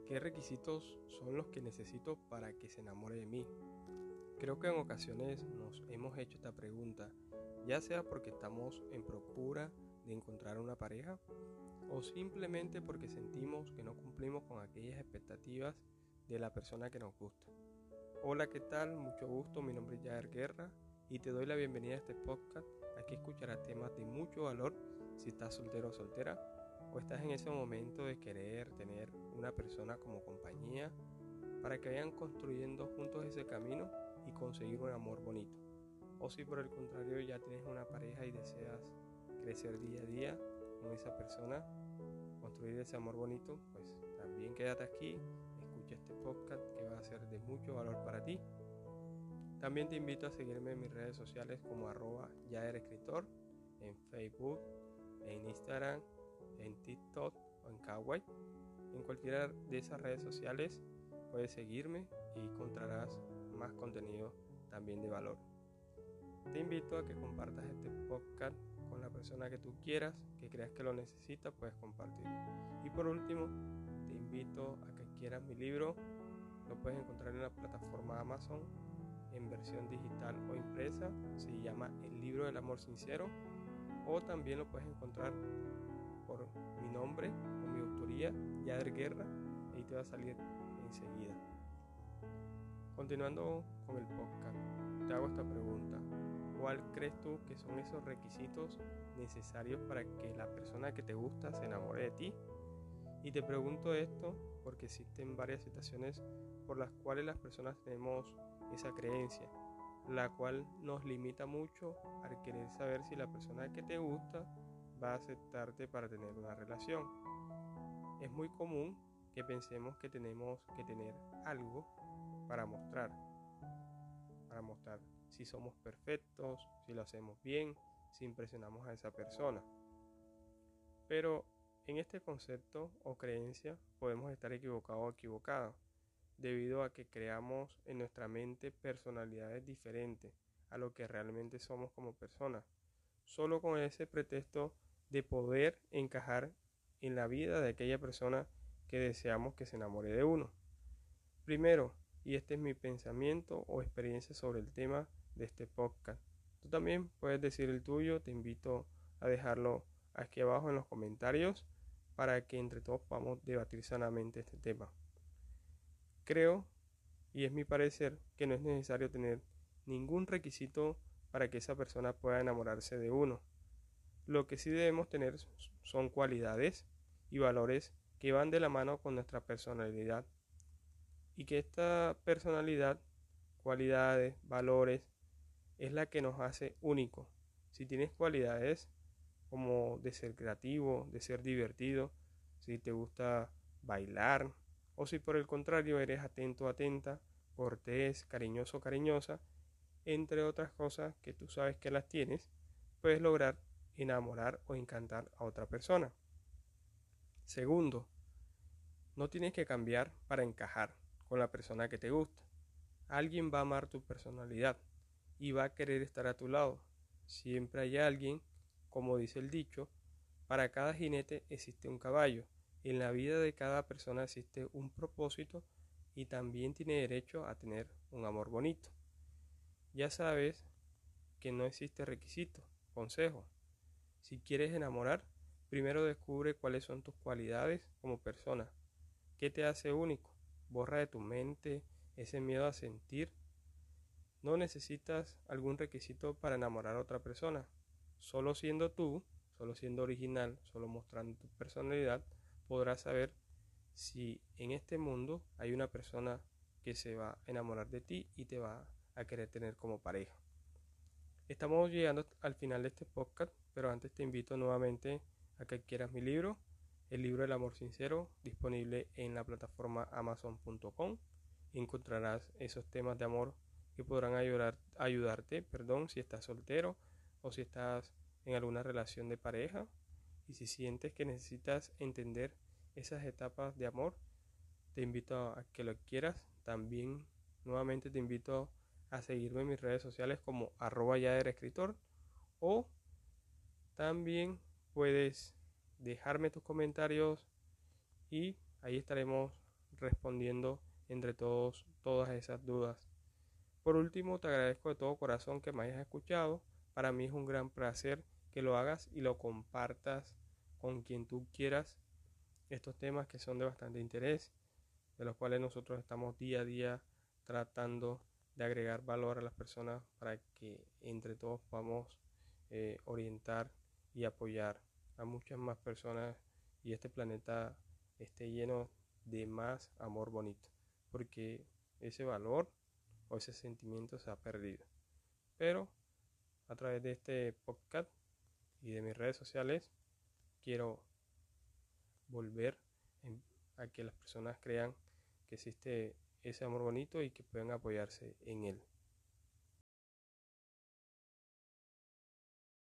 ¿Qué requisitos son los que necesito para que se enamore de mí? Creo que en ocasiones nos hemos hecho esta pregunta, ya sea porque estamos en procura de encontrar una pareja o simplemente porque sentimos que no cumplimos con aquellas expectativas de la persona que nos gusta. Hola, ¿qué tal? Mucho gusto, mi nombre es Yader Guerra y te doy la bienvenida a este podcast. Aquí escucharás temas de mucho valor si estás soltero o soltera o estás en ese momento de querer tener una persona como compañía para que vayan construyendo juntos ese camino y conseguir un amor bonito. O si por el contrario ya tienes una pareja y deseas crecer día a día con esa persona, construir ese amor bonito, pues también quédate aquí, escucha este podcast que va a ser de mucho valor para ti. También te invito a seguirme en mis redes sociales como @yaderescritor, en Facebook, en Instagram, en TikTok o en Kawaii. En cualquiera de esas redes sociales puedes seguirme y encontrarás más contenido también de valor. Te invito a que compartas este podcast con la persona que tú quieras, que creas que lo necesita, puedes compartirlo. Y por último, te invito a que quieras mi libro. Lo puedes encontrar en la plataforma Amazon en versión digital o impresa. Se llama El Libro del Amor Sincero. O también lo puedes encontrar por mi nombre o mi autoría, Yader Guerra. Ahí te va a salir enseguida. Continuando con el podcast, te hago esta pregunta. ¿Cuál crees tú que son esos requisitos necesarios para que la persona que te gusta se enamore de ti? Y te pregunto esto porque existen varias situaciones por las cuales las personas tenemos esa creencia, la cual nos limita mucho al querer saber si la persona que te gusta va a aceptarte para tener una relación. Es muy común que pensemos que tenemos que tener algo para mostrar si somos perfectos, si lo hacemos bien, si impresionamos a esa persona. Pero en este concepto o creencia podemos estar equivocados o equivocadas, debido a que creamos en nuestra mente personalidades diferentes a lo que realmente somos como personas, solo con ese pretexto de poder encajar en la vida de aquella persona que deseamos que se enamore de uno. Primero, y este es mi pensamiento o experiencia sobre el tema de este podcast. Tú también puedes decir el tuyo, te invito a dejarlo aquí abajo en los comentarios para que entre todos podamos debatir sanamente este tema. Creo, y es mi parecer, que no es necesario tener ningún requisito para que esa persona pueda enamorarse de uno. Lo que sí debemos tener son cualidades y valores que van de la mano con nuestra personalidad. Y que esta personalidad, cualidades, valores, es la que nos hace únicos. Si tienes cualidades como de ser creativo, de ser divertido, si te gusta bailar, o si por el contrario eres atento, atenta, cortés, cariñoso, cariñosa, entre otras cosas que tú sabes que las tienes, puedes lograr enamorar o encantar a otra persona. Segundo, no tienes que cambiar para encajar con la persona que te gusta. Alguien va a amar tu personalidad y va a querer estar a tu lado. Siempre hay alguien, como dice el dicho, para cada jinete existe un caballo. En la vida de cada persona existe un propósito y también tiene derecho a tener un amor bonito. Ya sabes que no existe requisito. Consejo: si quieres enamorar, primero descubre cuáles son tus cualidades como persona. ¿Qué te hace único? Borra de tu mente ese miedo a sentir. No necesitas algún requisito para enamorar a otra persona. Solo siendo tú, solo siendo original, solo mostrando tu personalidad, podrás saber si en este mundo hay una persona que se va a enamorar de ti y te va a querer tener como pareja. Estamos llegando al final de este podcast, pero antes te invito nuevamente a que adquieras mi libro, El Libro del Amor Sincero, disponible en la plataforma amazon.com. Encontrarás esos temas de amor que podrán ayudarte, si estás soltero o si estás en alguna relación de pareja, y si sientes que necesitas entender esas etapas de amor, te invito a que lo quieras. También nuevamente te invito a seguirme en mis redes sociales como @yaderescritor, o también puedes dejarme tus comentarios y ahí estaremos respondiendo entre todos todas esas dudas. Por último, te agradezco de todo corazón que me hayas escuchado. Para mí es un gran placer que lo hagas y lo compartas con quien tú quieras estos temas que son de bastante interés, de los cuales nosotros estamos día a día tratando de agregar valor a las personas para que entre todos podamos orientar y apoyar a muchas más personas y este planeta esté lleno de más amor bonito, porque ese valor o ese sentimiento se ha perdido. Pero a través de este podcast y de mis redes sociales quiero volver a que las personas crean que existe ese amor bonito y que puedan apoyarse en él.